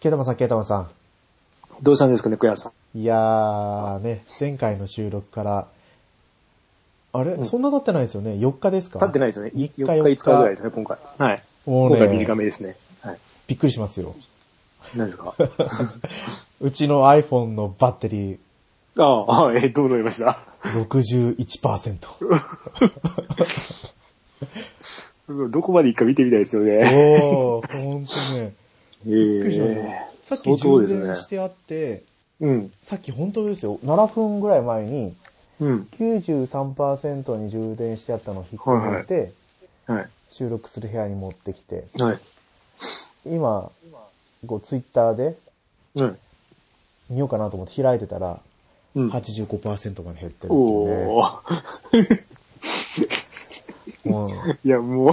ケイタマさん、ケイタマさん。 どうしたんですかね、小屋さん。いやーね、前回の収録から、あれ、そんな経ってないですよね。4日ですか？ 経ってないですよね。 3日、 4日、5日ぐらいですね、今回。はい。 もうね、 今回短めですね。はい。 びっくりしますよ。 何ですか？ うちの iPhone のバッテリー、 どうなりました？ 61%。 どこまでいいか見てみたいですよね。 ほんとね。びっくりしました。さっき充電してあって、さっき本当ですよ。7分ぐらい前に、93% に充電してあったのを引っ込めて、収録する部屋に持ってきて、今、ツイッターで、見ようかなと思って開いてたら、85% まで減ってるっていうね。 いや、もう、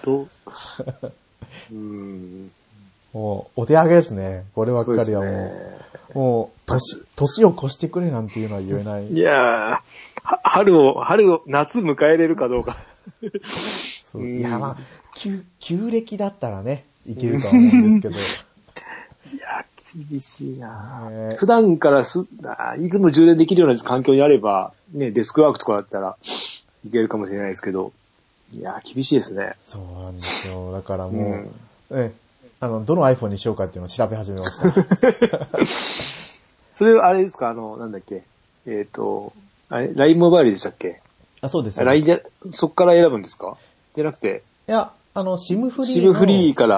もう、お手上げですね。こればっかりはもう、年を越してくれなんていうのは言えない。 いやー、春を、夏迎えれるかどうか。 いや、まあ、旧暦だったらね、いけるとは思うんですけど。 いや、厳しいな、普段からいつも充電できるような環境にあれば、ね、デスクワークとかだったらいけるかもしれないですけど、いや、厳しいですね。 そうなんですよ。だからもう、どの iPhone にしようかっていうのを調べ始めました。 それ、あれですか、なんだっけ、LINE モバイルでしたっけ？ あ、そうです。 LINE そっから選ぶんですか？じゃなくて。 いや、SIM フリー。 SIM フリーから、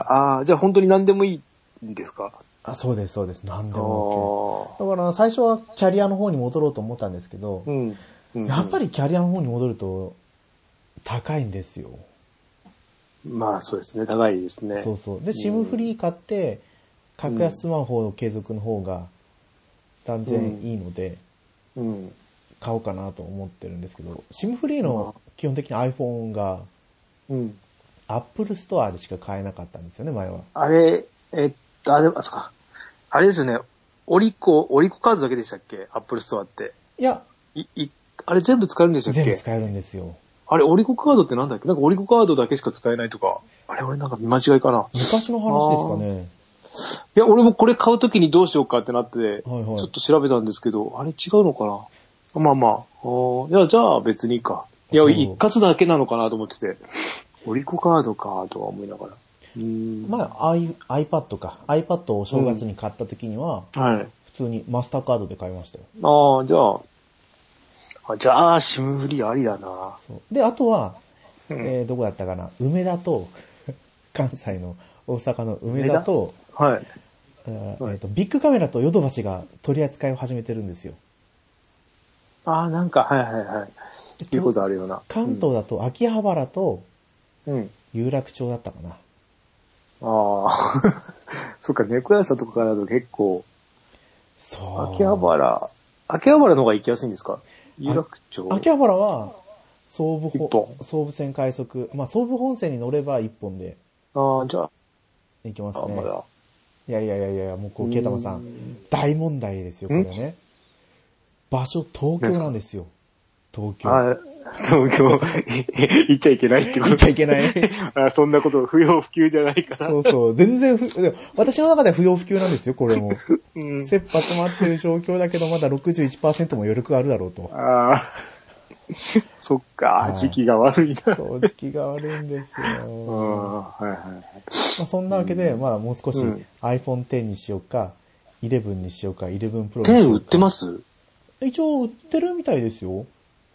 じゃあ本当に何でもいいんですか？ あ、そうです、そうです。何でも OK です。だから最初はキャリアの方に戻ろうと思ったんですけど、やっぱりキャリアの方に戻ると高いんですよ。 まあそうですね、高いですね。 そうそう。で、SIM フリー買って、格安スマホの継続の方が断然いいので、買おうかなと思ってるんですけど、SIM フリーの基本的に iPhone が、Apple Store でしか買えなかったんですよね、前は。 あれ、そうか。あれですよね、オリコカードだけでしたっけ？ Apple Store って。 いや、 あれ全部使えるんでしたっけ？ 全部使えるんですよ。 あれ、オリコカードってなんだっけ？なんかオリコカードだけしか使えないとか。あれ、俺なんか見間違いかな。 昔の話ですかね。 いや、俺もこれ買うときにどうしようかってなって、ちょっと調べたんですけど、あれ違うのかな？まあまあ。じゃあ別にいいか。いや、一括だけなのかなと思ってて。オリコカードかとは思いながら。 まあ、iPad か。iPad を正月に買った時には、普通にマスターカードで買いましたよ。 じゃあ、SIMフリーありだな。 で、あとは、どこだったかな。梅田と、関西の、大阪の梅田と、ビッグカメラとヨドバシが取り扱いを始めてるんですよ。 なんか、いうことあるような。 関東だと秋葉原と、有楽町だったかな。 そっか、猫屋さんとかからだと結構、秋葉原の方が行きやすいんですか？有楽町。 秋葉原は、総武線快速、まあ、総武本線に乗れば1本で。 じゃあ。 行けますね。いや、もうケイタマさん、大問題ですよ、これね。場所、東京なんですよ。東京。 東京、行っちゃいけないってこと？ 行っちゃいけない。 そんなこと、不要不急じゃないから。 そう。全然私の中では不要不急なんですよ、これも。切羽詰まってる状況だけど、まだ 61% も余力があるだろうと。 そっか、時期が悪いな。 そう、時期が悪いんですよ。まあ、そんなわけで、まあ、もう少し iPhone X にしようか、11にしようか、11 Pro にしようか。 10売ってます？ 一応売ってるみたいですよ。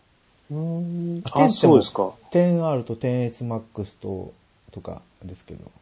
そうですか。 10R と 10S Max とかですけど。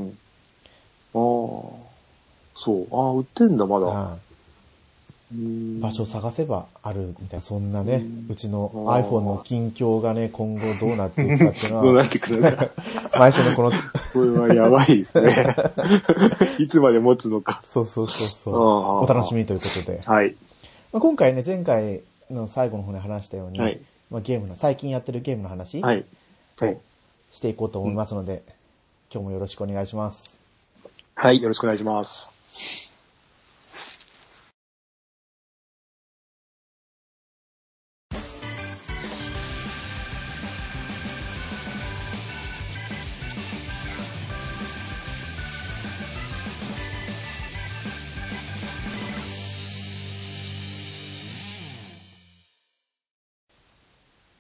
売ってんだ、まだ。 場所探せばあるみたいな、そんなね、うちの iPhone の近況がね、今後どうなっていくかっていうのは。 どうなっていくのか。 毎週のこれはやばいですね。いつまで持つのか。 そう。お楽しみということで。今回ね、前回の最後の方で話したように、最近やってるゲームの話をしていこうと思いますので、今日もよろしくお願いします。 はい、よろしくお願いします。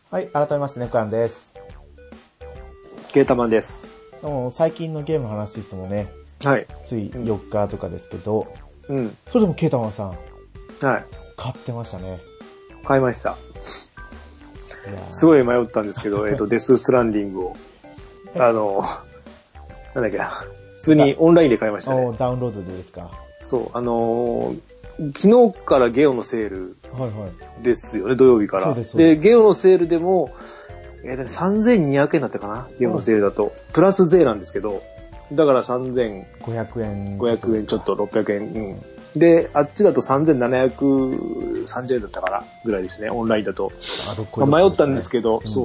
はい、改めまして、ネクアンです。 ゲータマンです。 最近のゲームの話ですもね、 はい。 つい4日とかですけど、 うん。 それでもケータマンさん、 はい。 買ってましたね。 買いました。すごい迷ったんですけど、デスストランディングを、なんだっけな、普通にオンラインで買いましたね。 ダウンロードでですか。 そう、昨日からゲオのセールですよね、土曜日から。で、ゲオのセールでも、3200円だったかな、ゲオのセールだと。プラス税なんですけど、だから3500円。500円ちょっと600円。うん。で、あっちだと3730円だったかな、ぐらいですね、オンラインだと。迷ったんですけど、そう。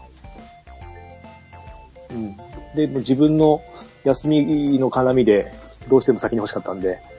うん。で、もう自分の休みの絡みで、どうしても先に欲しかったんで、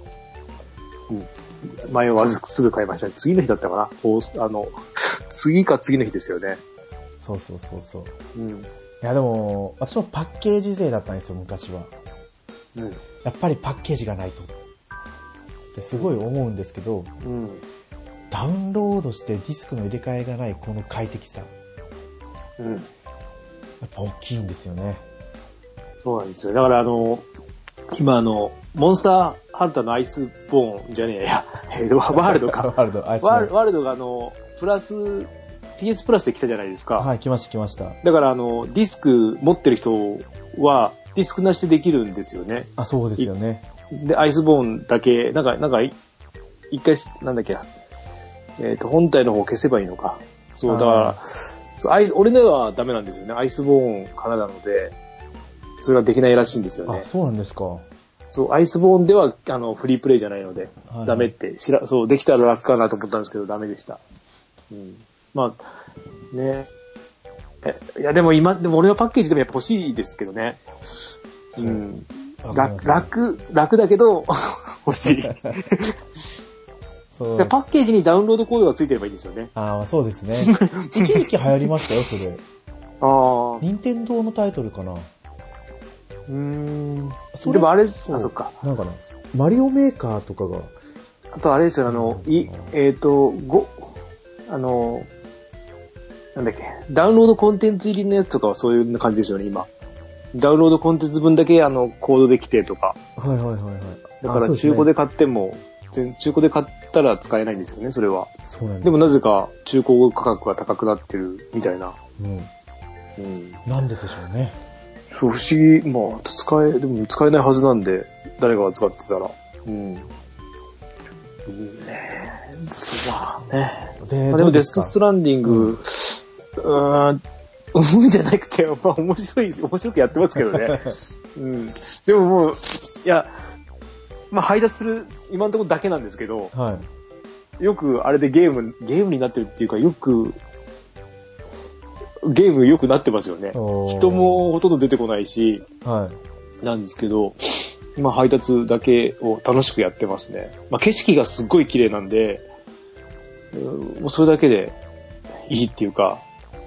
迷わずすぐ買いましたね。次の日だったかな。次か次の日ですよね。 そう。うん。いやでも、私もパッケージ税だったんですよ、昔は。うん。やっぱりパッケージがないと。ってすごい思うんですけど、うん。ダウンロードしてディスクの入れ替えがないこの快適さ。うん。やっぱ大きいんですよね。 そうなんですよ。だから今モンスターハンターのアイスボーンじゃねえや、ワールドか。ワールドがプラス、PS プラスで来たじゃないですか。 はい、来ました。 だからディスク持ってる人は、ディスクなしでできるんですよね。 あ、そうですよね。 で、アイスボーンだけ、なんか、一回、なんだっけ、本体の方を消せばいいのか。そう、だから、俺のはダメなんですよね。アイスボーンからなので、それはできないらしいんですよね。 あ、そうなんですか。 そう、アイスボーンでは、フリープレイじゃないので、はい、ダメって、そう、できたら楽かなと思ったんですけど、ダメでした。うん。まあ、ね。いや、でも俺はパッケージでもやっぱ欲しいですけどね。うん。楽だけど、欲しい。そうパッケージにダウンロードコードがついてればいいんですよね。 ああ、そうですね。一時期流行りましたよ、それ。ああ。任天堂のタイトルかな。 でもあれ、そっか。 なんかな、マリオメーカーとかが。 あとあれですよ、なんだっけ、ダウンロードコンテンツ入りのやつとかはそういう感じですよね、今。ダウンロードコンテンツ分だけコードできてとか。 はい。 だから中古で買っても、中古で買ったら使えないんですよね、それは。 そうなんです。 でもなぜか中古価格が高くなってるみたいな。 なんででしょうね。 そう、不思議。まあ、でも使えないはずなんで、誰かが使ってたら。そうだね。でもデスストランディング、じゃなくて、まあ面白くやってますけどね。でももう、いや、まあ配達する、今のところだけなんですけど、はい、よくあれでゲームになってるっていうか、ゲーム良くなってますよね。人もほとんど出てこないし、はい、なんですけど、まあ配達だけを楽しくやってますね。まあ景色がすっごい綺麗なんで、もうそれだけでいいっていうか、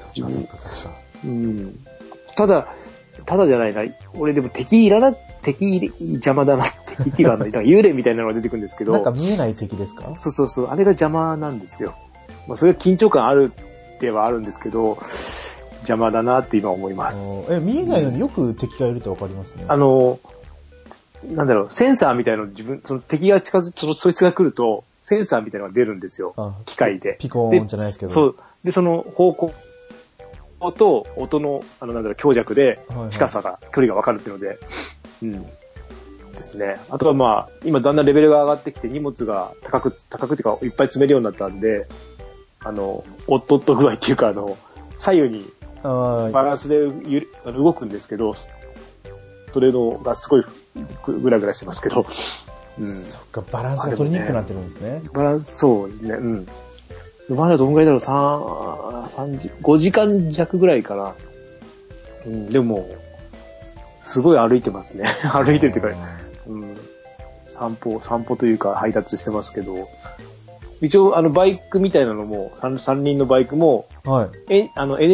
ただじゃないな。俺でも敵邪魔だな。敵っていうか、幽霊みたいなのが出てくるんですけど。 なんか見えない敵ですか？ そう。あれが邪魔なんですよ。まあそれは緊張感あるではあるんですけど、邪魔だなって今思います。 見えないのによく敵がいるってわかりますね。 なんだろう、センサーみたいなのその敵がそいつが来ると、センサーみたいなのが出るんですよ。機械で。 ピコーンじゃないですけど。 そう。で、その方向と音の、強弱で近さが、距離が分かるっていうので、ですね。あとはまあ、今だんだんレベルが上がってきて荷物が高くっていうか、いっぱい積めるようになったんで、おっとっと具合っていうか、左右にバランスで動くんですけど、それのがすごいグラグラしてますけど、 そっか、バランスが取りにくくなってるんですね。 バランス、そうね、まだどんぐらいだろう、5時間弱ぐらいかな。でも、すごい歩いてますね。歩いてるっていうか、散歩というか配達してますけど、一応バイクみたいなのも、三輪のバイクも、はい、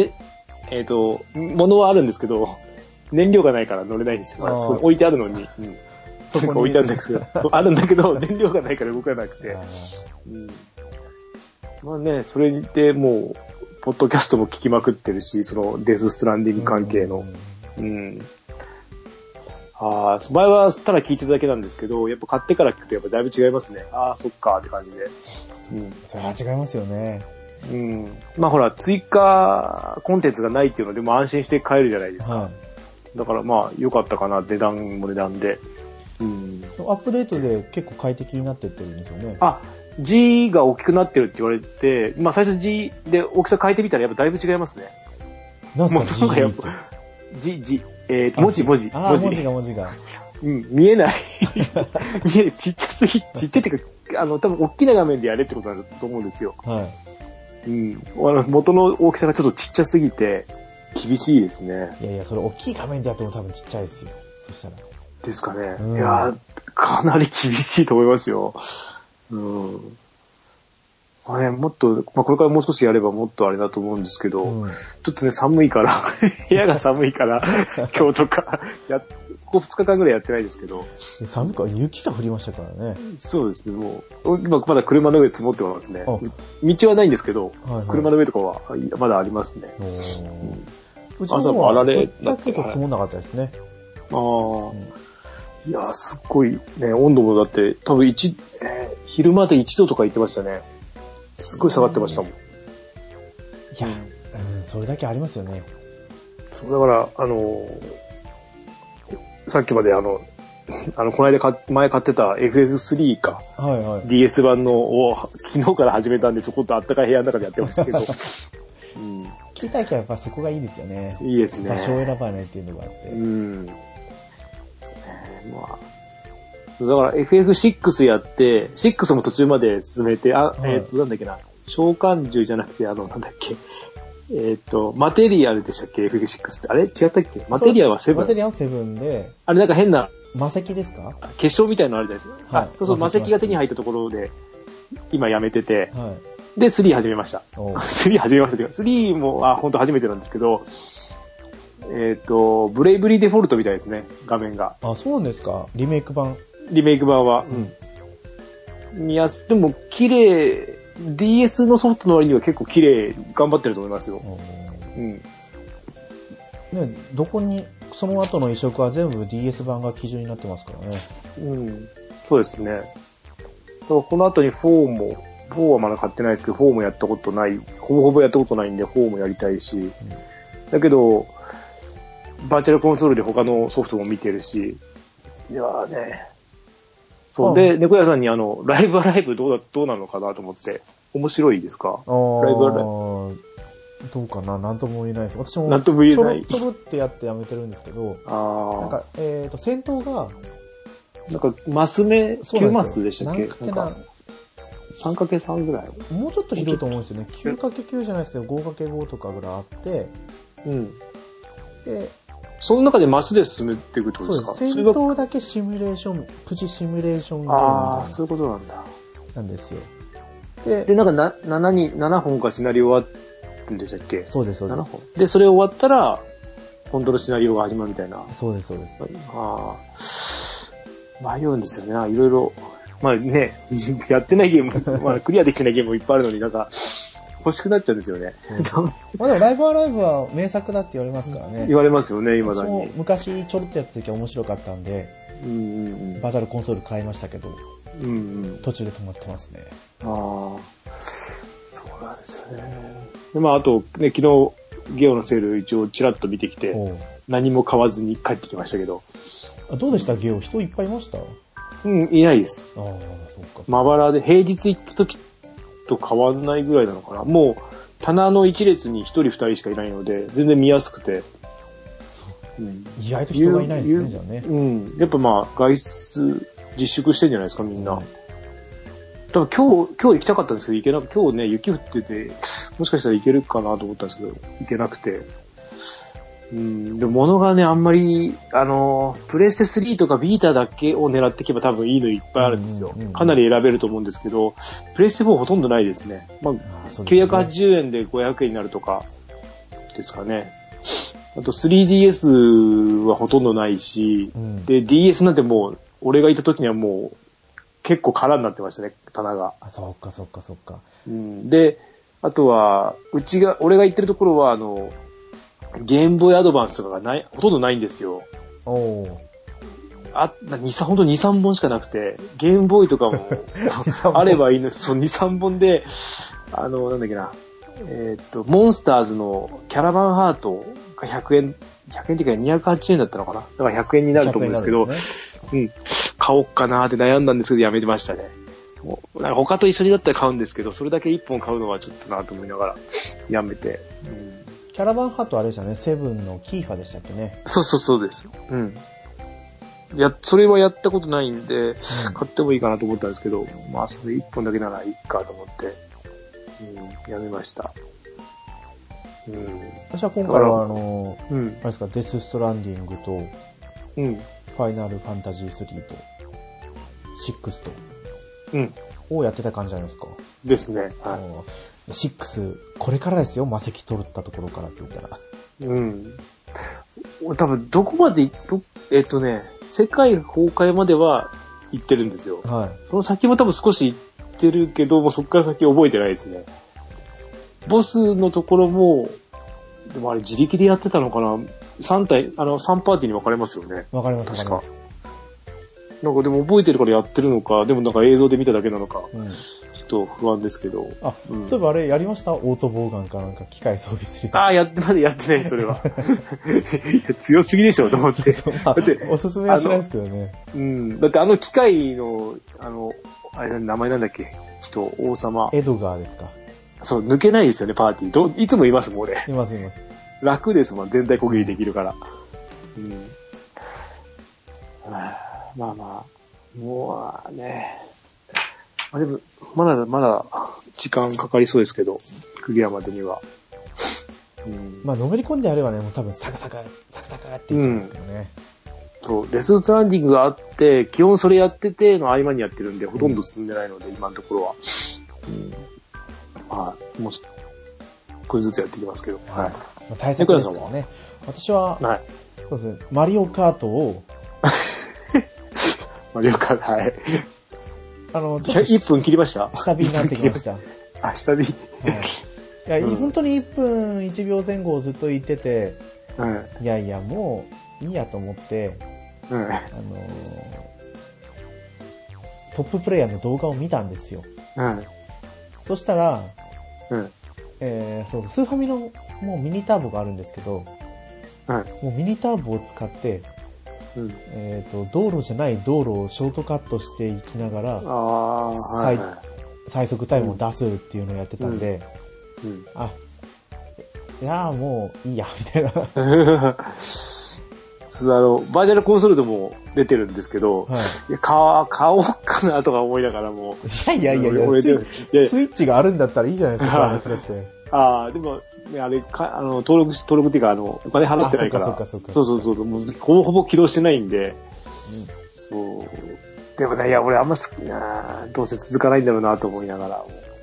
物はあるんですけど、燃料がないから乗れないんですよ。そこ置いてあるのに。そこに置いてあるんですけど、あるんだけど、燃料がないから動かなくて。まあね、それでもう、 ポッドキャストも聞きまくってるし、そのデスストランディング関係の。前はただ聞いてただけなんですけど、やっぱ買ってから聞くとやっぱだいぶ違いますね。そっかって感じで。 それは違いますよね。 まあほら、追加コンテンツがないっていうのでも安心して買えるじゃないですか。だからまあ良かったかな、値段も値段で。 アップデートで結構快適になってってるんですよね。 G が大きくなってるって言われて、まあ最初 G で大きさ変えてみたらやっぱだいぶ違いますね。 なんすか G、文字。文字が。 見えない。ちっちゃすぎ、ちっちゃいっていうか、多分大きな画面でやれってことだと思うんですよ。元の大きさがちょっとちっちゃすぎて、厳しいですね。 いや、それ大きい画面でやっても多分ちっちゃいですよ。そしたら。 ですかね。いや、かなり厳しいと思いますよ。もっと、これからもう少しやればもっとあれだと思うんですけど、ちょっとね、寒いから、部屋が寒いから、今日とか、ここ2日間ぐらいやってないですけど。 寒いから雪が降りましたからね。 そうですね、もう、今まだ車の上積もってますね。道はないんですけど、車の上とかはまだありますね。 朝もあられだけど積もんなかったですね。 いや、すっごいね、温度もだって、多分昼間で1度とか言ってましたね。すっごい下がってましたもん。いや、それだけありますよね。 そう、だから、さっきまでこの間前買ってた FF3 か。DS 版のを昨日から始めたんでちょこっとあったかい部屋の中でやってましたけど。 聞いたきはやっぱそこがいいですよね。 いいですね。 場所を選ばないっていうのがあって。 だから FF6 やって、6も途中まで進めて、なんだっけな、召喚獣じゃなくて、なんだっけ、マテリアルでしたっけ ?FF6 って。あれ違ったっけマテリアルは7。 マテリアルは7で。 あれなんか変な。 魔石ですか結晶みたいなのあるじゃないですか。そうそう、魔石が手に入ったところで、今やめてて、で、3始めました。3始めましたっていうか、3も、本当初めてなんですけど、ブレイブリーデフォルトみたいですね、画面が。 そうなんですかリメイク版は。見やす、でも綺麗、DS のソフトの割には結構綺麗、頑張ってると思いますよ。 どこに、その後の移植は全部 DS 版が基準になってますからね。 そうですね。この後に4はまだ買ってないですけど、4もやったことない、ほぼやったことないんで4もやりたいし、だけど、バーチャルコンソールで他のソフトも見てるし、いやーね。そう。で、猫屋さんにライブアライブどうなのかなと思って、面白いですか？ライブアライブ。 どうかななんとも言えないです。私も、 なんとも言えない。 ちょろってやってやめてるんですけど、なんか、戦闘が、 なんか、マス目、9マスでしたっけ？ なんか 3×3 ぐらいもうちょっと広いと思うんですよね。9×9 じゃないですけど、5×5 とかぐらいあって、で、 その中でマスで進めていくってことですか？ 戦闘だけシミュレーション、プチシミュレーションゲームそういうことなんだ。 なんですよ。 で、なんか7本かシナリオ終わるんでしたっけ？ そうです、そうです。 7本。で、それ終わったら、本当のシナリオが始まるみたいな。 そうです、そうです。 迷うんですよね。いろいろ。まあね、やってないゲーム、クリアできてないゲームもいっぱいあるのになんか、欲しくなっちゃうんですよね。 でもライブアライブは名作だって言われますからね。 言われますよね、今だに。 昔ちょろっとやった時は面白かったんで、バーチャルコンソール買いましたけど、途中で止まってますね。 そうなんですよね。で、あと、ね、昨日、ゲオのセール一応チラッと見てきて、何も買わずに帰ってきましたけど。 どうでしたゲオ？人いっぱいいました？ いないです。 そうか。 まばらで、平日行った時と変わんないぐらいなのかな。もう、棚の一列に一人二人しかいないので、全然見やすくて。 意外と人がいないですね、じゃあね。 やっぱ外出自粛してんじゃないですか、みんな。多分今日行きたかったんですけど、行けなく、今日ね、雪降ってて、もしかしたら行けるかなと思ったんですけど、行けなくて。でも物がね、あんまり、プレステ3とかビータだけを狙っていけば多分いいのいっぱいあるんですよ。かなり選べると思うんですけど、プレステ4ほとんどないですね。980円で500円になるとかですかね。あと 3DS はほとんどないし、で、DS なんてもう、俺がいた時にはもう、結構空になってましたね、棚が。 そっか。 で、 あとは、俺が行ってるところは、ゲームボーイアドバンスとかがほとんどないんですよ。 ほんと 2、3本しかなくて、ゲームボーイとかもあればいいの、そう、2、3本で、なんだっけな、モンスターズのキャラバンハートが100円っていうか280円だったのかな。だから100円になると思うんですけど、ね、うん、買おうかなーって悩んだんですけど、やめてましたね。なんか他と一緒にだったら買うんですけど、それだけ1本買うのはちょっとなと思いながら、やめて。うん、 キャラバンハートあれでしたね、セブンのキーファでしたっけね。 そうです。うん。それはやったことないんで、買ってもいいかなと思ったんですけど、まあ、それ1本だけならいいかと思って、やめました。 私は今回はあれですか、デスストランディングと、ファイナルファンタジー3と、6と、をやってた感じじゃないですか。 ですね。はい。 6、これからですよ、魔石取ったところからって言ったら。 多分、どこまで、世界崩壊までは行ってるんですよ。はい。その先も多分少し行ってるけど、もうそこから先覚えてないですね。ボスのところも、でもあれ自力でやってたのかな ?3 パーティーに分かれますよね。 分かれます。 確か。なんかでも覚えてるからやってるのか、でもなんか映像で見ただけなのか、ちょっと不安ですけど。 そういえばあれやりました？オートボウガンかなんか機械装備する。 まだやってない、それは。強すぎでしょ、と思って。 だっておすすめはしないですけどね。 だって機械の、あれ名前なんだっけ王様。 エドガーですか。 そう、抜けないですよね、パーティー。いつもいますもん、俺。 います。 楽ですもん、全体攻撃できるから。まあ、もうね。でも、まだ、時間かかりそうですけど、クリアまでには。 まあ、のめり込んであればね、もう多分サクサクって言ってますけどね。 そう、デスストランディングがあって、基本それやってての合間にやってるんで、ほとんど進んでないので、今のところは。まあ、もうこれずつやっていきますけど。はい。 対策ですからね。私は、そうですね、マリオカートを、 マリオカート、はい。1分切りました？ 下火になってきました。 下火。 いや、本当に1分1秒前後をずっと言ってて、いや、もういいやと思って、トッププレイヤーの動画を見たんですよ。そしたら、そう、スーファミのもうミニターボがあるんですけど、もうミニターボを使って、道路じゃない道路をショートカットしていきながら、最速タイムを出すっていうのをやってたんで、いやもういいや、みたいな。バーチャルコンソールでも出てるんですけど、買おうかなとか思いながらも。 いや、スイッチがあるんだったらいいじゃないですか、それって。 でも、ね、あれ、登録っていうか、お金払ってないから。そう、もうほぼ起動してないんで。そう。でもね、いや、俺あんま好きな、どうせ続かないんだろうなと思いながら。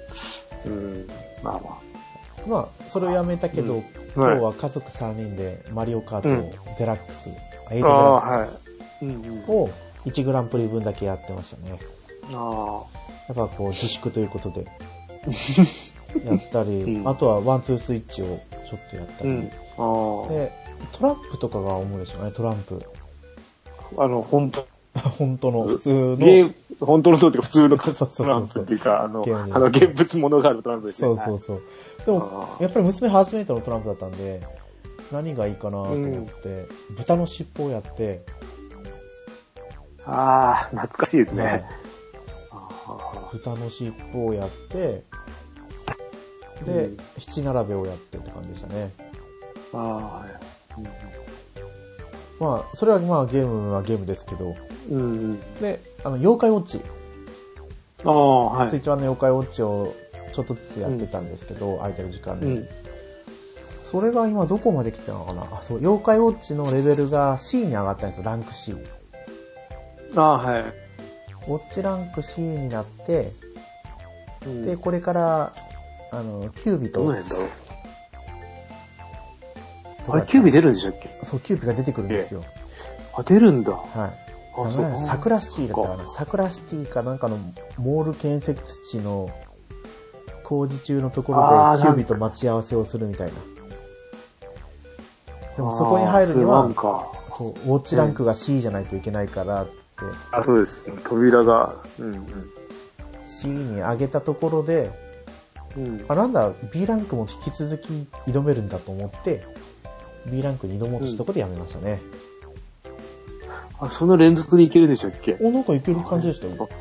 まあ、それをやめたけど、今日は家族3人でマリオカートデラックス、8デラックスを1グランプリ分だけやってましたね。やっぱこう自粛ということでやったり、あとはワンツースイッチをちょっとやったり、でトランプとかが主でしょうね。トランプ。本当の普通の本当のそうっていうか普通のトランプっていうか現物物があるトランプですね。 そう。でもやっぱり娘初めてのトランプだったんで、何がいいかなと思って、豚の尻尾をやって、 懐かしいですね。 豚の尻尾をやって、で、七並べをやってって感じでしたね。まあ、それはまあゲームはゲームですけど、で、妖怪ウォッチ。スイッチ版の妖怪ウォッチをちょっとずつやってたんですけど、空いてる時間に。それが今どこまで来てたのかな。そう、妖怪ウォッチのレベルが C に上がったんですよ、ランク C。 ウォッチランク C になって、で、これから、キュービと。 どうなんだろう。あれ、キュービ出るんでしたっけ？ そう、キュービが出てくるんですよ。 出るんだ。 はい。サクラシティだったかな。サクラシティかなんかのモール建設地の工事中のところでキュービと待ち合わせをするみたいな。でもそこに入るには、そう、ウォッチランクが C じゃないといけないからって。 そうです。扉が、 C に上げたところで、なんだ、B ランクも引き続き挑めるんだと思って、B ランクに挑もうとしたところでやめましたね。 その連続でいけるんでしたっけ？ なんかいける感じでしたよ。で、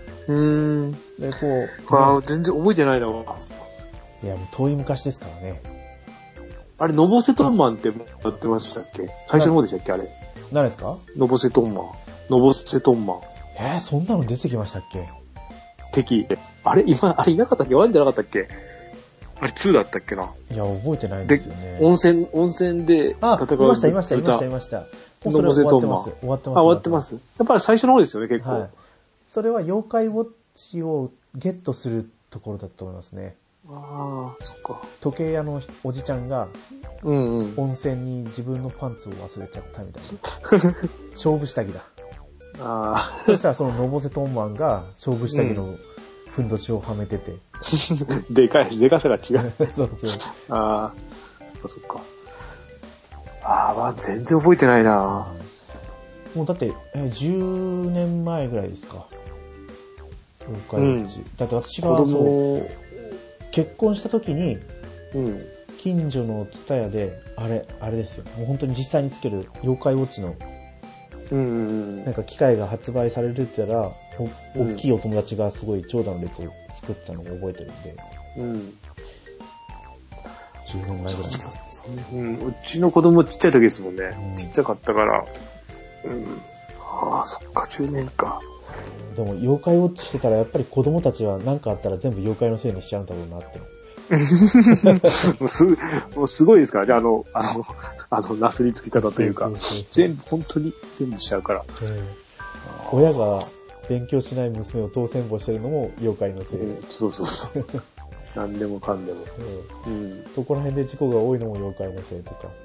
全然覚えてないな。いや、もう遠い昔ですからね。 あれ、のぼせトンマンってやってましたっけ？最初の方でしたっけあれ。 何ですか？ のぼせトンマン。のぼせトンマン。 そんなの出てきましたっけ？ 敵。あれいなかったっけ？ワンじゃなかったっけ？あれ2だったっけな？ いや、覚えてないんですよね。 温泉で戦う。 いました。 のぼせトンマン。終わってます。やっぱり最初の方ですよね、結構。はい。 それは妖怪ウォッチをゲットするところだと思いますね。 そっか。 時計屋のおじちゃんが、温泉に自分のパンツを忘れちゃったみたいな。勝負下着だ。そしたらそののぼせトンマンが勝負下着のふんどしをはめてて。 でかさが違う。 そう。 そっか。全然覚えてないな。 もうだって、10年前ぐらいですか。妖怪ウォッチ。だって私が結婚した時に、近所のツタヤで、あれですよ。もう本当に実際につける妖怪ウォッチの、なんか機械が発売されるって言ったら、大きいお友達がすごい長蛇の列を作ったのを覚えてるんで、10年前ぐらい。 うちの子供ちっちゃい時ですもんね。ちっちゃかったから。そっか、10年か。 でも、妖怪ウォッチしてたら、やっぱり子供たちは何かあったら全部妖怪のせいにしちゃうんだろうなって。 もうすごいですからね、なすりつき方というか、本当に全部しちゃうから。 親が勉強しない娘を当選簿してるのも妖怪のせいで。 そう。何でもかんでも。 そこら辺で事故が多いのも妖怪のせいとか。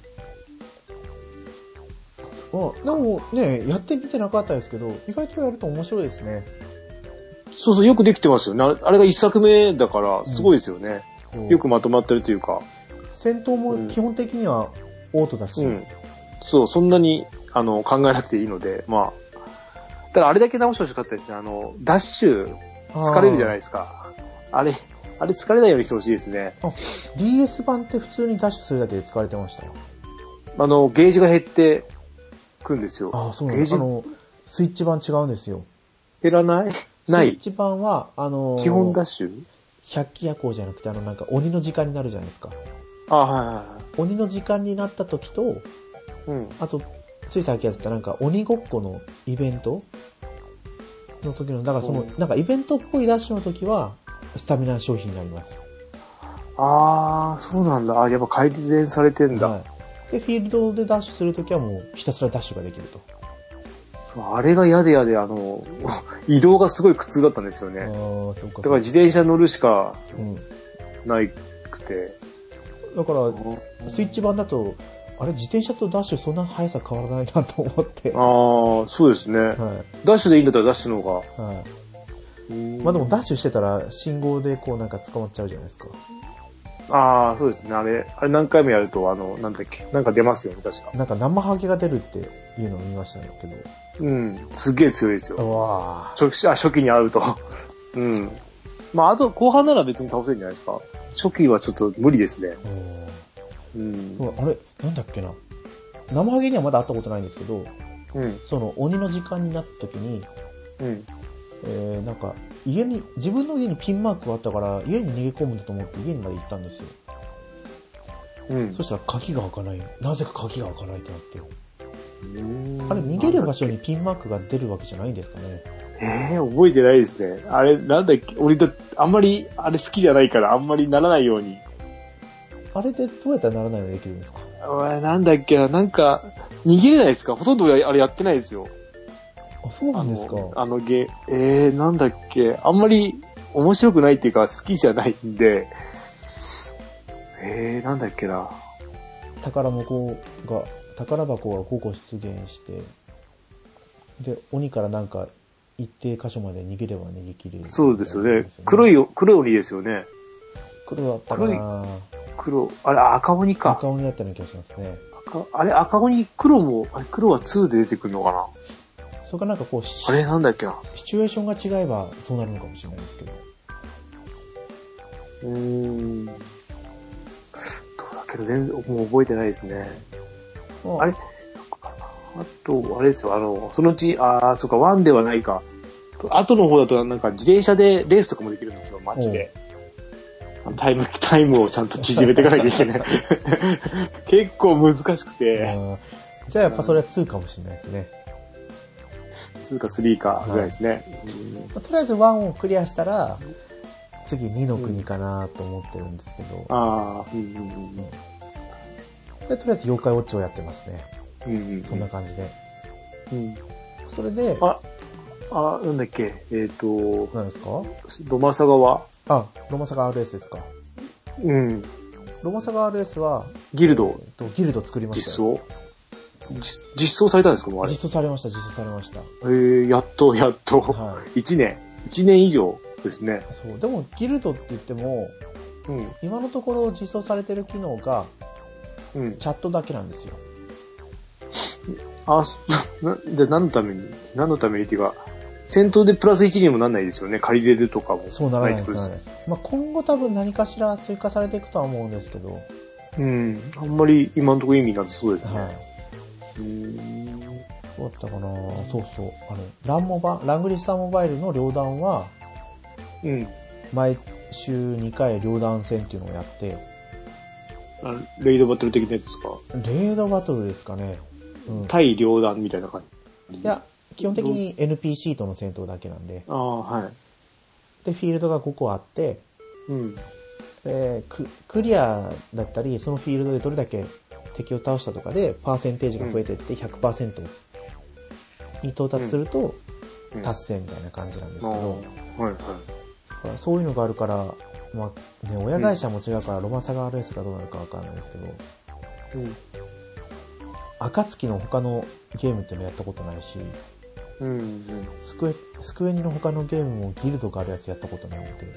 でもね、やってみてなかったですけど、意外とやると面白いですね。 そう、よくできてますよね。あれが一作目だから、すごいですよね。よくまとまってるというか。 戦闘も基本的にはオートだし。 そう、そんなに、考えなくていいので、ただあれだけ直してほしかったですね。ダッシュ、疲れるじゃないですか。あれ疲れないようにしてほしいですね。 DS 版って普通にダッシュするだけで疲れてましたよ。 ゲージが減ってくんですよ。 そうなんです。スイッチ版違うんですよ。 減らない？ない。 スイッチ版は、 基本ダッシュ百鬼夜行じゃなくて、なんか鬼の時間になるじゃないですか。 はい。 鬼の時間になった時と、あと、つい最近やったなんか鬼ごっこのイベントの時の、だからなんかイベントっぽいダッシュの時は、スタミナ商品になります。 そうなんだ。やっぱ改善されてんだ。 で、フィールドでダッシュする時はもうひたすらダッシュができると。 あれが嫌で移動がすごい苦痛だったんですよね。だから自転車乗るしかないくて。 だから、スイッチ版だと、自転車とダッシュそんな速さ変わらないなと思って。 そうですね。ダッシュでいいんだったらダッシュの方が。 でもダッシュしてたら信号でなんか捕まっちゃうじゃないですか。 そうですね。あれ何回もやると、なんだっけ、なんか出ますよね、確か。 なんか生ハゲが出るっていうのを見ましたけど。 すげえ強いですよ。初期に会うと。あと後半なら別に倒せるんじゃないですか。初期はちょっと無理ですね。なんだっけな。生ハゲにはまだ会ったことないんですけど、その鬼の時間になった時に、なんか自分の家にピンマークがあったから家に逃げ込むんだと思って家にまで行ったんですよ。そしたら鍵が開かない。なぜか鍵が開かないってなって。あれ逃げる場所にピンマークが出るわけじゃないんですかね。 覚えてないですね。あれなんだっけ、俺あんまりあれ好きじゃないからあんまりならないように。 あれでどうやったらならないようにできるんですか？ なんだっけな、なんか逃げれないですか？ほとんど俺あれやってないですよ。 そうなんですか。 なんだっけ、あんまり面白くないっていうか好きじゃないんで、なんだっけな。 宝箱が5個出現して、で、鬼からなんか一定箇所まで逃げれば逃げ切れる。 そうですよね。黒鬼ですよね。 黒だったかな。 あれ、赤鬼か。 赤鬼だったような気がしますね。 あれ、赤鬼、黒は2で出てくるのかな。 それかなんかこう、 あれなんだっけな。 シチュエーションが違えばそうなるのかもしれないですけど。 どうだけど全然、もう覚えてないですね。あれ、あと、あれですよ、そのうち、そっか、1ではないか。後の方だとなんか自転車でレースとかもできるんですよ、街で。タイムをちゃんと縮めていかなきゃいけない。結構難しくて。 じゃあやっぱそれは2かもしれないですね。 2か3かぐらいですね。 とりあえず1をクリアしたら、次2の国かなと思ってるんですけど。で、とりあえず妖怪ウォッチをやってますね。そんな感じで。それで、 なんだっけ、 何ですか？ ロマサガは？ ロマサガ RS ですか。ロマサガ RS は、 ギルド作りましたよ。 実装されたんですか？もうあれ。 実装されました。 やっと。はい、1年以上ですね。 そう。でも、ギルドって言っても、今のところ実装されてる機能が、チャットだけなんですよ。 じゃあ何のためにっていうか、戦闘でプラス1にもなんないですよね。借りれるとかも。 そうならないです。今後多分何かしら追加されていくとは思うんですけど。 あんまり今のところ意味なさそうですね。 はい。どうだったかな。そう。ラングリッサーモバイルの両弾は、毎週2回両弾戦っていうのをやって、 レイドバトル的なやつですか？ レイドバトルですかね。 対両弾みたいな感じ。 いや、基本的に NPC との戦闘だけなんで。 はい。 で、フィールドが5個あって、クリアだったり、そのフィールドでどれだけ敵を倒したとかで、パーセンテージが増えていって 100% に到達すると、達成みたいな感じなんですけど、そういうのがあるから、親会社も違うから、ロマサガ RS がどうなるかわからないですけど、暁の他のゲームっていうのやったことないし、スクエニの他のゲームもギルドがあるやつやったことないので。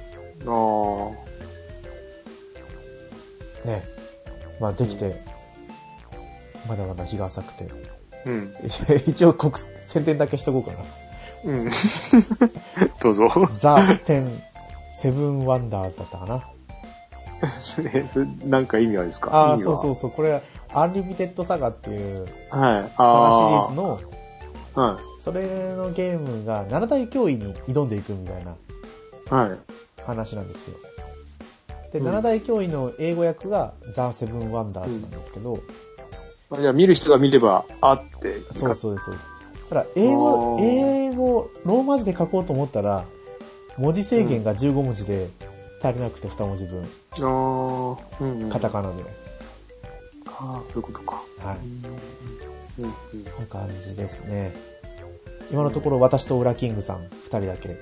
ね。できて、まだまだ日が浅くて。一応宣伝だけしとこうかな。 どうぞ。 ザ・10、セブン・ワンダーズだったかな。 なんか意味あるんですか？ そう。これ、アンリミテッドサガっていう、サガシリーズの、それのゲームが7大脅威に挑んでいくみたいな、話なんですよ。で、7大脅威の英語訳がザ・セブン・ワンダーズなんですけど、 じゃあ見る人が見れば、って。 そうです。ただ、英語、ローマ字で書こうと思ったら、文字制限が15文字で足りなくて2文字分。カタカナで。 そういうことか。 はい。こんな感じですね。今のところ私とウラキングさん2人だけ。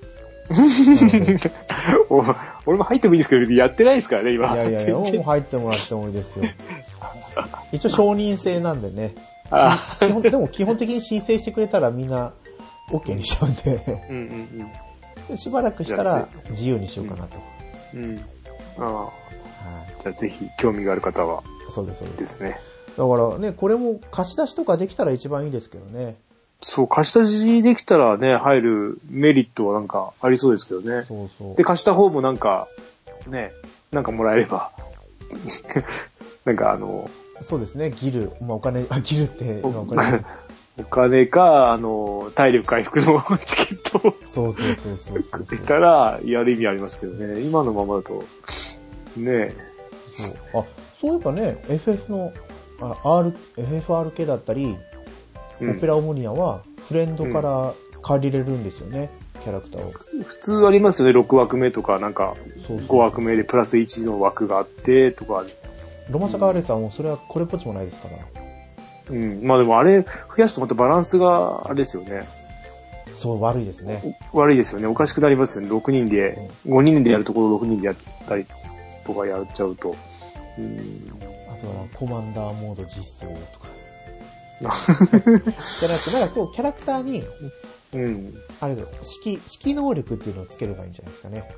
俺も入ってもいいですけど、やってないですからね、今。 いや、もう入ってもらってもいいですよ。一応承認制なんでね。でも基本的に申請してくれたらみんな OK にしちゃうんで。でしばらくしたら自由にしようかなと。 じゃあぜひ興味がある方は。 そうですね。 だからね、これも貸し出しとかできたら一番いいですけどね。 そう、貸し出しできたらね、入るメリットはなんかありそうですけどね。で、貸した方もなんか、ね、なんかもらえれば。なんかそうですね、ギル。お金、ギルって、 お金か、体力回復のチケットを。 そう。 出たら、やる意味ありますけどね。今のままだと、ね。 そういえばね、FF の、FFRK だったり、オペラオモニアは、フレンドから借りれるんですよね、キャラクターを。 普通ありますよね、6枠目とか、なんか、5枠目でプラス1の枠があって、とか。 ロマサガ RS はもうそれはこれっぽっちもないですから。 まあでもあれ、増やすとまたバランスが、あれですよね。 そう、悪いですね。 悪いですよね。おかしくなりますよね。6人で、5人でやるところを6人でやったりとかやっちゃうと。 あとは、コマンダーモード実装とか。 じゃなくて、なんかこう、キャラクターに、 うん。 あれだ、指揮能力っていうのをつければいいんじゃないですかね。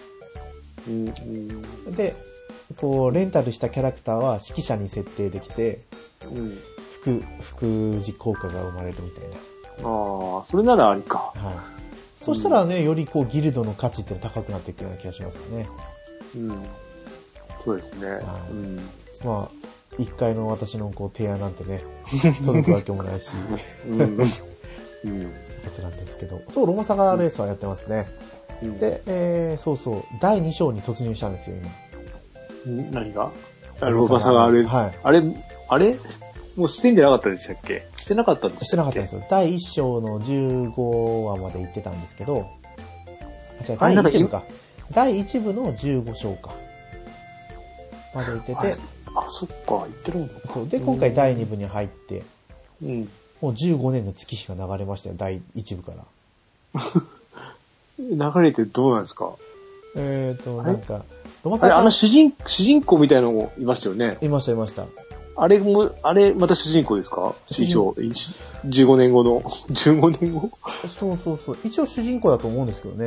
で、こう、レンタルしたキャラクターは指揮者に設定できて、副次効果が生まれるみたいな。 ああ、それならありか。 はい。そしたらね、よりこう、ギルドの価値っていうの高くなっていくような気がしますよね。 そうですね。 まあ、一回の私のこう、提案なんてね、届くわけもないし。ことなんですけど。そう、ロマサガレースはやってますね。で、そうそう、第2章に突入したんですよ、 今。何がロマサガレース。はい。あれもうしてんじゃなかったでしたっけ？してなかったんですか？ してなかったんですよ。第1章の15話まで行ってたんですけど、違う、第1部か。第1部の15章か。まで行ってて。 そっか、行ってるんだ。 そう。で、今回第2部に入って、もう15年の月日が流れましたよ、第1部から。 流れてどうなんですか？ なんか、 主人公みたいなのもいましたよね。 いました。 あれ、また主人公ですか？一応、15年後の、15年後そう。一応主人公だと思うんですけどね。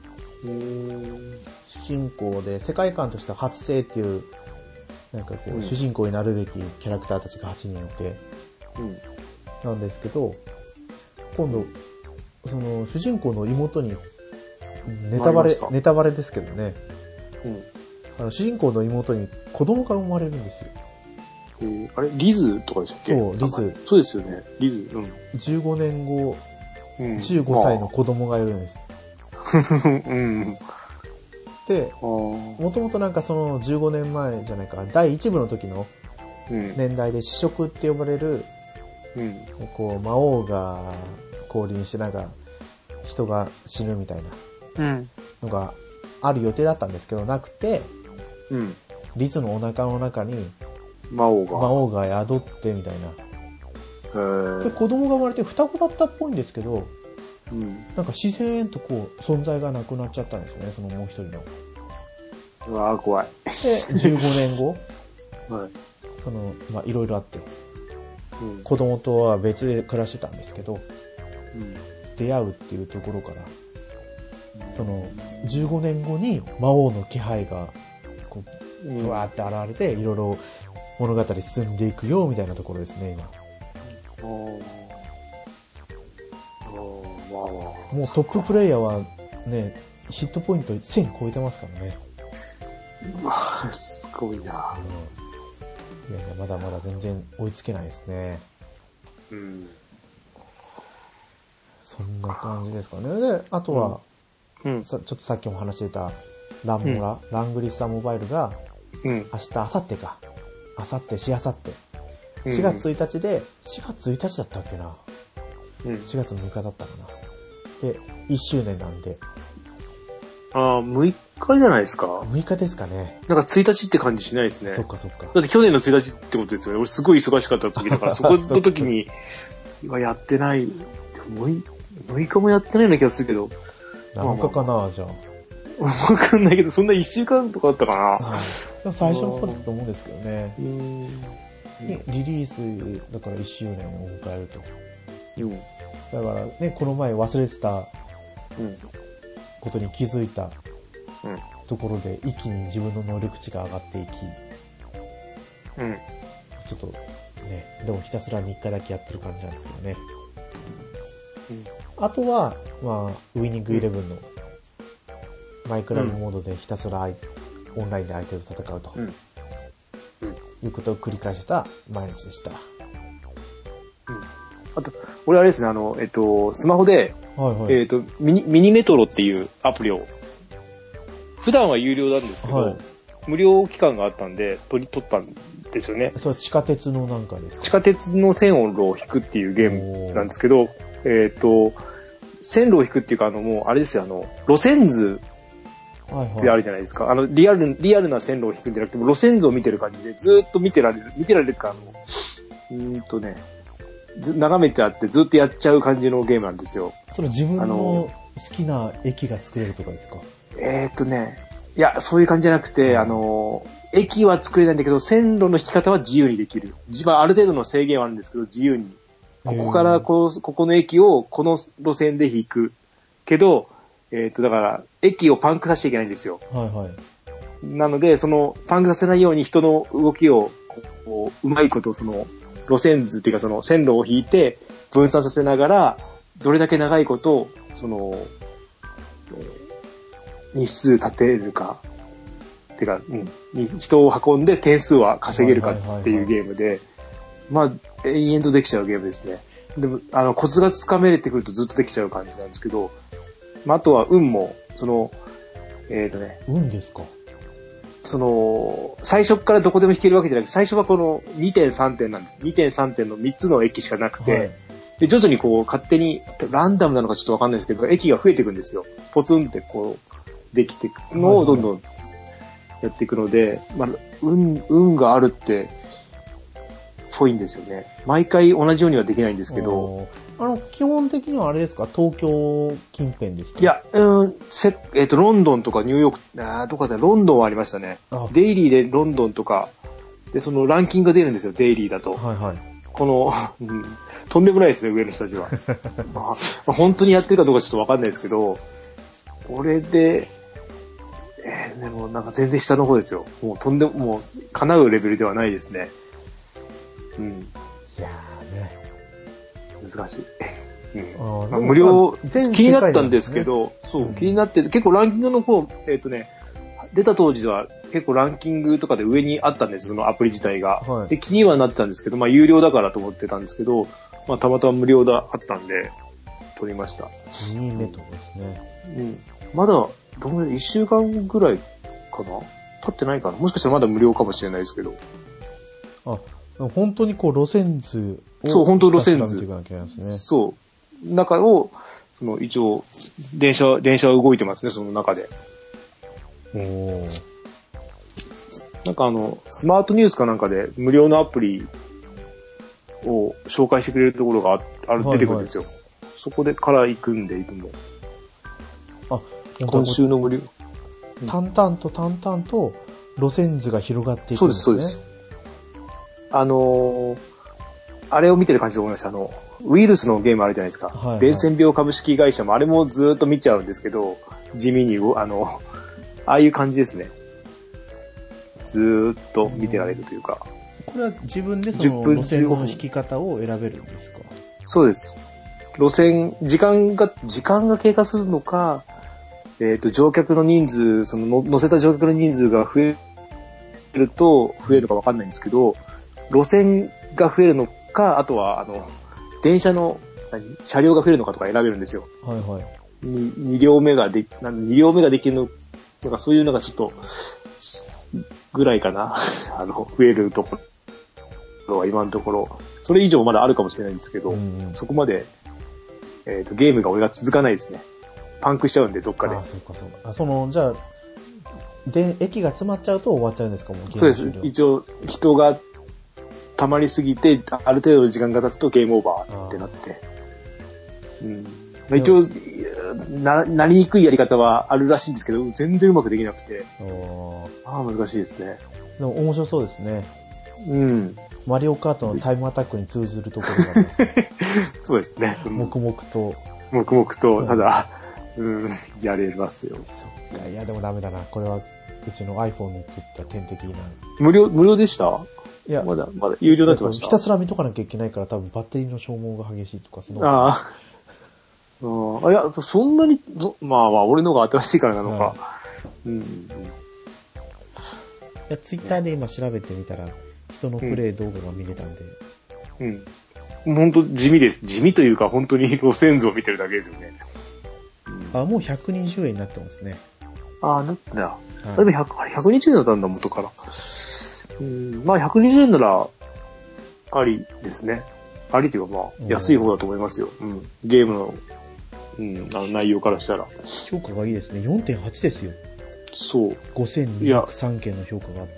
主人公で、世界観としては初生っていう、なんかこう、主人公になるべきキャラクターたちが8人いて、なんですけど、今度、その、主人公の妹に、ネタバレですけどね。主人公の妹に子供が生まれるんですよ。 あれリズとかでしたっけ？ そう、リズ。 そうですよね。リズ。 15年後、15歳の子供がいるんです。で、もともとなんかその15年前じゃないか、第1部の時の年代で死食って呼ばれる、こう、魔王が降臨してなんか人が死ぬみたいなのがある予定だったんですけどなくて、リズのお腹の中に魔王が宿ってみたいな。で、子供が生まれて双子だったっぽいんですけど、なんか自然とこう存在がなくなっちゃったんですよね、そのもう一人の。 うわぁ、怖い。 で、15年後、その、まあ、いろいろあって、子供とは別で暮らしてたんですけど、出会うっていうところから、その、15年後に魔王の気配が、こう、ふわーって現れて、いろいろ物語進んでいくよ、みたいなところですね、今。もうトッププレイヤーはね、ヒットポイント1000超えてますからね。 うわぁ、すごいな。 いや、まだまだ全然追いつけないですね。そんな感じですかね。で、あとは、ちょっとさっきも話してたラングリッサモバイルが、明日、明後日か。明後日、しあさって。4月1日で、4月1日だったっけな。4月6日だったかな。で、1周年なんで。 6日じゃないですか。 6日ですかね。 なんか1日って感じしないですね。 そっか。 だって去年の1日ってことですよね。俺すごい忙しかった時だから、そこの時に、やってない。6日もやってないような気がするけど。 何日かな、じゃあ。 わかんないけど、そんな1週間とかあったかな。最初の方だったと思うんですけどね。リリース、だから1周年を迎えると。だからね、この前忘れてたことに気づいたところで一気に自分の能力値が上がっていき、ちょっとね、でもひたすら日課だけやってる感じなんですけどね。あとは、まあ、ウィニングイレブンのマイクラブモードでひたすらオンラインで相手と戦うと、いうことを繰り返した毎日でした。 あと、俺あれですね、スマホで、ミニメトロっていうアプリを、普段は有料なんですけど、無料期間があったんで、取ったんですよね。 それ地下鉄のなんかですか？ 地下鉄の線路を引くっていうゲームなんですけど、線路を引くっていうか、もう、あれですよ、路線図ってあるじゃないですか。リアルな線路を引くんじゃなくても、路線図を見てる感じで、ずーっと見てられるか、眺めちゃってずっとやっちゃう感じのゲームなんですよ。 それ自分の好きな駅が作れるとかですか？ いや、そういう感じじゃなくて、 駅は作れないんだけど、線路の引き方は自由にできる。ある程度の制限はあるんですけど、自由に。ここからここの駅をこの路線で引く。けど、だから、駅をパンクさせちゃいけないんですよ。はいはい。なので、その、パンクさせないように人の動きを、こう、うまいこと、その、路線図っていうかその線路を引いて分散させながら、どれだけ長いこと、その、日数立てるか、てか、人を運んで点数は稼げるかっていうゲームで、まあ、延々とできちゃうゲームですね。でも、コツがつかめてくるとずっとできちゃう感じなんですけど、まあ、あとは運も、その、 運ですか。 その、最初からどこでも引けるわけじゃなくて、最初はこの 2.3 点なんです。2.3 点の3つの駅しかなくて、はい、で、徐々にこう、勝手に、ランダムなのかちょっとわかんないですけど、駅が増えていくんですよ。ポツンってこう、できていくのをどんどんやっていくので、まあ、運があるって、ぽいんですよね。毎回同じようにはできないんですけど。 基本的にはあれですか、東京近辺ですか？ いや、ロンドンとかニューヨーク、どこかでロンドンはありましたね。デイリーでロンドンとか、で、そのランキングが出るんですよ、デイリーだと。はいはい。この、とんでもないですね、上の人たちは。まあ、本当にやってるかどうかちょっとわかんないですけど、これで、でもなんか全然下の方ですよ。もう叶うレベルではないですね。うん。いやーね。 難しい。まあ、無料、気になったんですけど、そう、気になって、結構ランキングの方、出た当時は結構ランキングとかで上にあったんです、そのアプリ自体が。はい、で、気にはなってたんですけど、まあ有料だからと思ってたんですけど、まあたまたま無料だったんで、取りました。 2人目とですね。 うん。まだ、どのぐらい、1週間ぐらいかな？経ってないかな？もしかしたらまだ無料かもしれないですけど。 本当にこう路線図を、 そう、本当路線図。 ね、 そう。中を、その一応、電車は動いてますね、その中で。なんかスマートニュースかなんかで無料のアプリを紹介してくれるところが出てくるんですよ。はいはい、そこでから行くんで、いつも。今週の無料。 淡々と路線図が広がっていくんですね。 そうです。あれを見てる感じで思いました。ウイルスのゲームあるじゃないですか。はいはい、伝染病株式会社もあれもずーっと見ちゃうんですけど、地味に、ああいう感じですね。ずーっと見てられるというか。 これは自分でその路線の引き方を選べるんですか？ そうです。路線、時間が経過するのか、乗客の人数、乗せた乗客の人数が増えると増えるかわかんないんですけど、路線が増えるのか、あとは、電車の、車両が増えるのかとか選べるんですよ。はいはい。2両目ができるの、なんかそういうのがちょっと、ぐらいかな。増えるところは今のところ、それ以上まだあるかもしれないんですけど、そこまで、ゲームが俺が続かないですね。パンクしちゃうんで、どっかで。 そうか。じゃあ、駅が詰まっちゃうと終わっちゃうんですか？もうそうです。一応、人が溜まりすぎて、ある程度の時間が経つとゲームオーバーってなって。一応、なりにくいやり方はあるらしいんですけど、全然うまくできなくて。難しいですね。 でも面白そうですね。 うん。 マリオカートのタイムアタックに通ずるところが、 そうですね。 黙々と、 ただ、やれますよ。 いや、でもダメだな。これは、うちの iPhone にとっては天敵な。 無料でした？ いや、 まだ有料だってました。 ひたすら見とかなきゃいけないから多分バッテリーの消耗が激しいとか、 いや、そんなに、まあ、俺の方が新しいからなのか。 いや、ツイッターで今調べてみたら、人のプレイ動画が見れたんで。 本当地味です。地味というか、本当に路線図を見てるだけですよね。 もう120円になってますね。 なってんだ。でも120円だったんだ、元から。まあ120円なら、ありですね。ありというかまあ、安い方だと思いますよ。ゲームの、内容からしたら。 評価がいいですね。4.8 ですよ。 そう。 5203件の評価があって。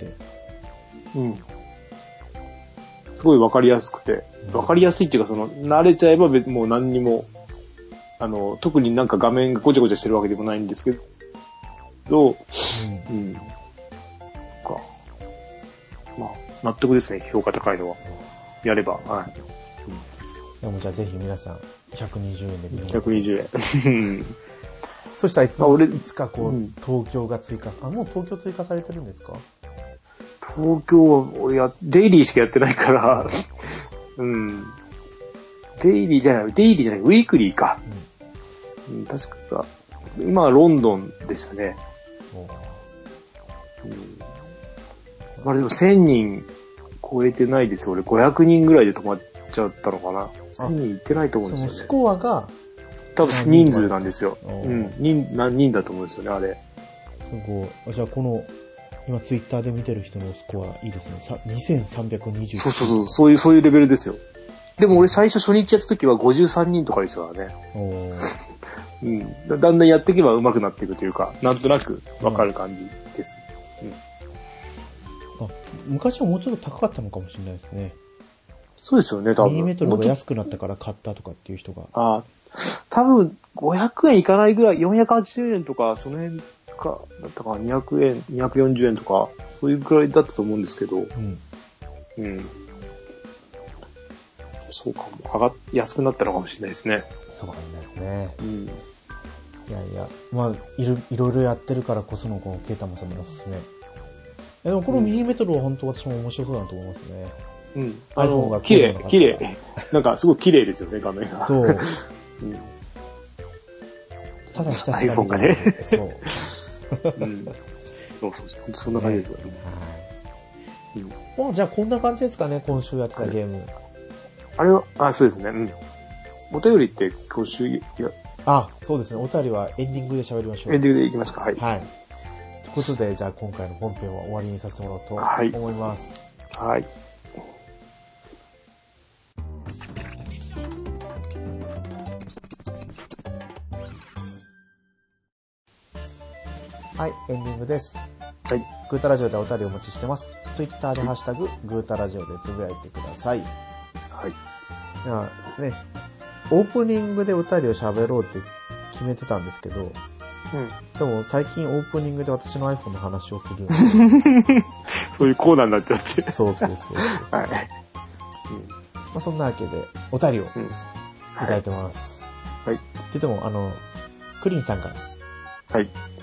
すごいわかりやすくて。わかりやすいっていうか、慣れちゃえばもう何にも、特になんか画面がごちゃごちゃしてるわけでもないんですけど、 納得ですね、評価高いのは。やれば。はい。 でもじゃあぜひ皆さん、120円で見て。120円。 そしたらいつかこう、東京が追加、もう東京追加されてるんですか？ 東京は、俺デイリーしかやってないから、デイリーじゃない、ウィークリーか。確か、今はロンドンでしたね。まあでも1000人超えてないですよ。俺500人ぐらいで止まっちゃったのかな。1000人いってないと思うんですよね。 そのスコアが多分人数なんですよ。何人だと思うんですよね、あれ。 じゃあこの、今ツイッターで見てる人のスコアいいですね。2320。 そういうレベルですよ。でも俺最初初日やった時は53人とかでしたからね。だんだんやっていけば上手くなっていくというか、なんとなくわかる感じです。 昔はもうちょっと高かったのかもしれないですね。 そうですよね、多分。 ミリメートルが安くなったから買ったとかっていう人が。 多分500円いかないぐらい、480円とか、その辺か、だったかな、200円、240円とか、そういうくらいだったと思うんですけど。そうかも。安くなったのかもしれないですね。 そうかもしれないですね。いやいや、まあ、いろいろやってるからこそのこのケータマさんのおすすめ。でもこのミリメートルは本当私も面白そうだと思いますね。iPhone が綺麗。なんかすごい綺麗ですよね、画面が。 そう。ただひたすら iPhone がね。 そう。 そう。そんな感じですよね。 じゃあこんな感じですかね、今週やってたゲーム。 あれは、そうですね。お便りって今週そうですね。お便りはエンディングで喋りましょう。 エンディングでいきますか。はい。 ということで、じゃあ今回の本編は終わりにさせてもらおうと思います。 はい。 はい、エンディングです。 はい。 グータラジオでお便りお待ちしてます。ツイッターでハッシュタグ、グータラジオでつぶやいてください。 はい。 いや、ね、オープニングでお便りを喋ろうって決めてたんですけど、でも最近オープニングで私の iPhone の話をするようそういうコーナーになっちゃって。 そう。 はい。 そんなわけで、お便りをいただいてます。 はい。 って言っても、クリンさんから。 はい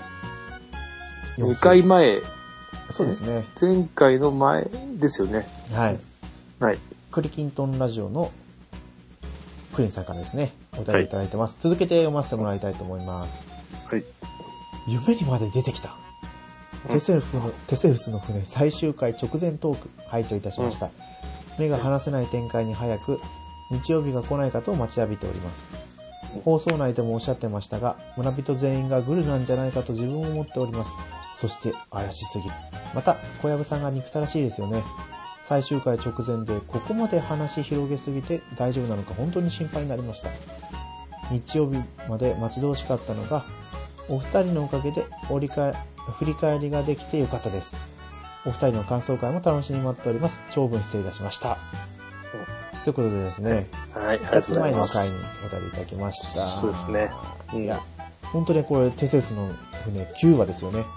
。2回前。 そうですね。 前回の前ですよね。 はい。 はい。 クリキントンラジオのクリンさんからですね、お便りいただいてます。続けて読ませてもらいたいと思います。 はい。 夢にまで出てきた。テセウスの船最終回直前トーク拝聴いたしました。目が離せない展開に早く、日曜日が来ないかと待ちわびております。放送内でもおっしゃってましたが、村人全員がグルなんじゃないかと自分を思っております。そして怪しすぎる。また、小籔さんが憎たらしいですよね。最終回直前でここまで話広げすぎて大丈夫なのか本当に心配になりました。日曜日まで待ち遠しかったのが、お二人のおかげで振り返りができてよかったです。お二人の感想会も楽しみに待っております。長文失礼いたしました。ということでですね。 はい、ありがとうございます。 前の回にお便りいただきました。 そうですね。 いや、本当にこれ、テセウスの船9話ですよね。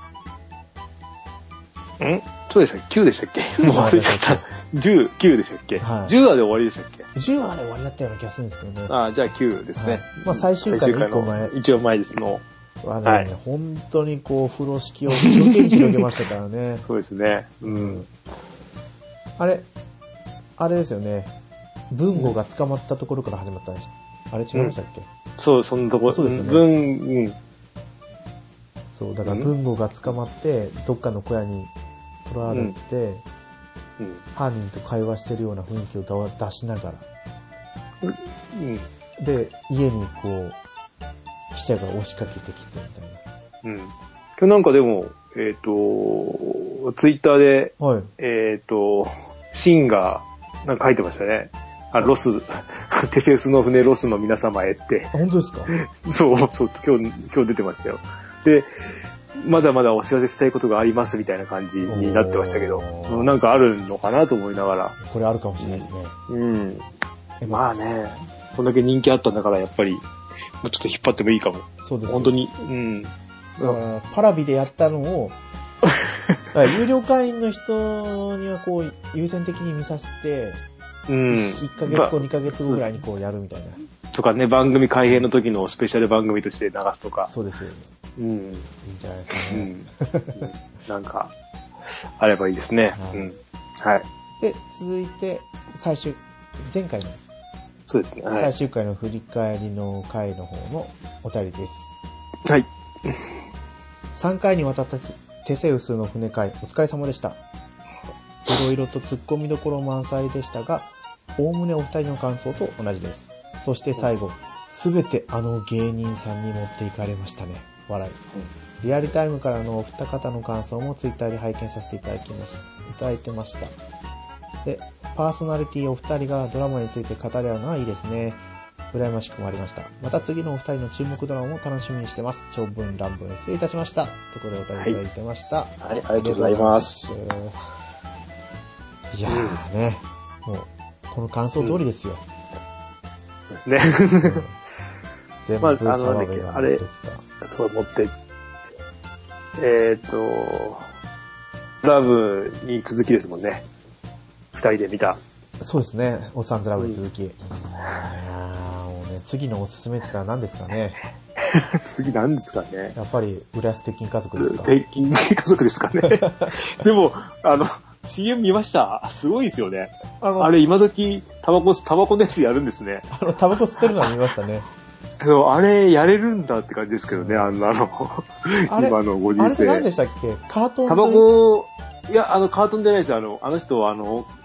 そうでしたっけ ?9 でしたっけもう忘れちゃった。10、9でしたっけ、はい、10話で終わりでしたっけ ?10 話で終わりだったような気がするんですけどね。 じゃあ9ですね。 まあ最終回の1個前。 一応前ですの。 はい。本当にこう、風呂敷を広げましたからね。 そうですね。 あれですよね。文吾が捕まったところから始まったんです。あれ違いましたっけ、 そう、そんなところ。 そうですよね。そう、だから文吾が捕まって、どっかの小屋に捕らわれて、犯人と会話してるような雰囲気を出しながら。で、家にこう、記者が押しかけてきてみたいな。 今日なんかでも、ツイッターで、 はい、 シンが、なんか書いてましたね。テセウスの船ロスの皆様へって。 本当ですか？ そう、今日出てましたよ。で、まだまだお知らせしたいことがありますみたいな感じになってましたけど、なんかあるのかなと思いながら。 これあるかもしれないですね。 まあね、こんだけ人気あったんだからやっぱり、もうちょっと引っ張ってもいいかも。 そうです。 本当に。 だからパラビでやったのを、 有料会員の人にはこう、優先的に見させて、1ヶ月後、2ヶ月後ぐらいにこうやるみたいな。 とかね、番組開閉の時のスペシャル番組として流すとか。 そうですよね。いいんじゃないですかね。 なんか、あればいいですね。はい。 で、続いて、前回の、 そうですね。はい。 最終回の振り返りの回の方のお便りです。 はい。 3回にわたったテセウスの船会、お疲れ様でした。いろいろと突っ込みどころ満載でしたが、おおむねお二人の感想と同じです。そして最後、すべてあの芸人さんに持っていかれましたね。笑い。リアルタイムからのお二方の感想もツイッターで拝見させていただいてました。で、パーソナリティお二人がドラマについて語り合うのはいいですね。羨ましくもありました。また次のお二人の注目ドラマも楽しみにしてます。長文乱文失礼いたしました。ということでお便りいただいてました。はい、 ありがとうございます。 いやーね、もう、この感想通りですよ。 ですね。 全部澤部があれ、そう持って、ラブに続きですもんね。二人で見た。 そうですね。おっさんずラブに続き。いやもうね、次のおすすめって言ったら何ですかね。 次何ですかね。 やっぱり、浦安鉄筋家族ですか。 鉄筋家族ですかね。でも、CM 見ました。すごいですよね。あれ、今時、タバコのやつやるんですね。 タバコ吸ってるのは見ましたね。 あれ、やれるんだって感じですけどね、今のご時世。 あれって何でしたっけ？カートン。 タバコ、いや、カートンじゃないですよ。あの人は、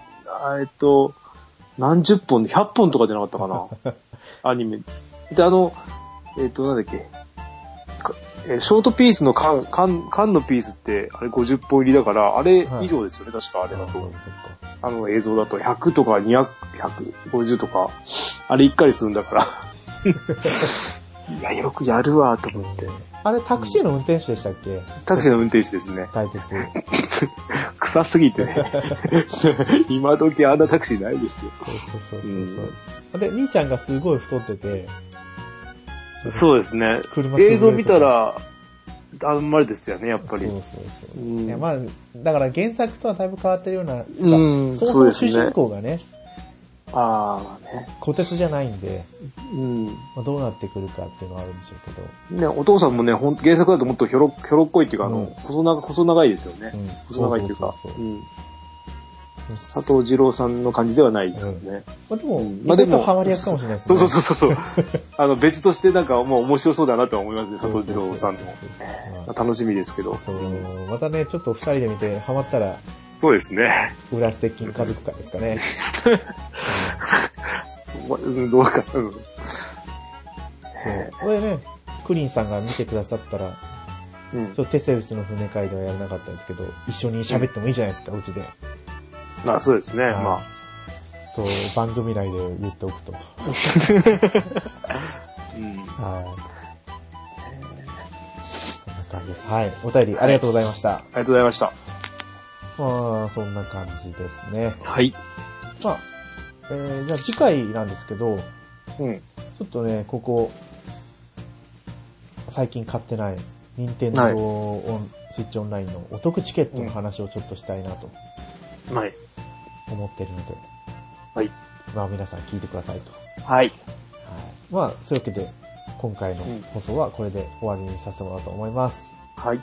何十本、100本とかじゃなかったかな。アニメ。で、なんだっけ。ショートピースの缶のピースって、あれ50本入りだから、あれ以上ですよね、確かあれだと。映像だと100とか200、150とか、あれ1回するんだから。いや、よくやるわ、と思って。 あれ、タクシーの運転手でしたっけ？ タクシーの運転手ですね。 大鉄。 臭すぎてね。今時あんなタクシーないですよ。 そう。で、兄ちゃんがすごい太ってて。 そうですね。映像見たら、あんまりですよね、やっぱり。 そう。いや、まあ、だから原作とはだいぶ変わってるような、 そうですね。 主人公がね、 ね。 虎鉄じゃないんで、まあ、どうなってくるかっていうのはあるんでしょうけど。 ね、お父さんもね、原作だともっとひょろっこいっていうか、細長いですよね。細長いっていうか。佐藤二郎さんの感じではないですよね。 まあでも、ハマり役かもしれないですね。 そう。別としてなんかもう面白そうだなとは思いますね、佐藤二郎さんの。楽しみですけど。 またね、ちょっと二人で見てハマったら、 そうですね。 浦安鉄筋家族会ですかね。 どうか。 これね、クリンさんが見てくださったら、ちょっとテセウスの船会ではやらなかったですけど、一緒に喋ってもいいじゃないですか、うちで。 そうですね、まあ。 番組内で言っておくと。はい。そんな感じです。はい。お便りありがとうございました。 ありがとうございました。 まあ、そんな感じですね。 はい。 まあ、じゃあ次回なんですけど、ちょっとね、ここ、最近買ってない、任天堂スイッチオンラインのお得チケットの話をちょっとしたいなと。 はい。 思ってるので。 はい。 まあ皆さん聞いてくださいと。 はい。 まあ、そういうわけで、今回の放送はこれで終わりにさせてもらおうと思います。 はい。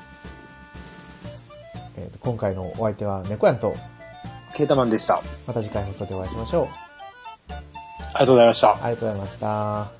今回のお相手は猫やんと、 ケータマンでした。 また次回放送でお会いしましょう。 ありがとうございました。 ありがとうございました。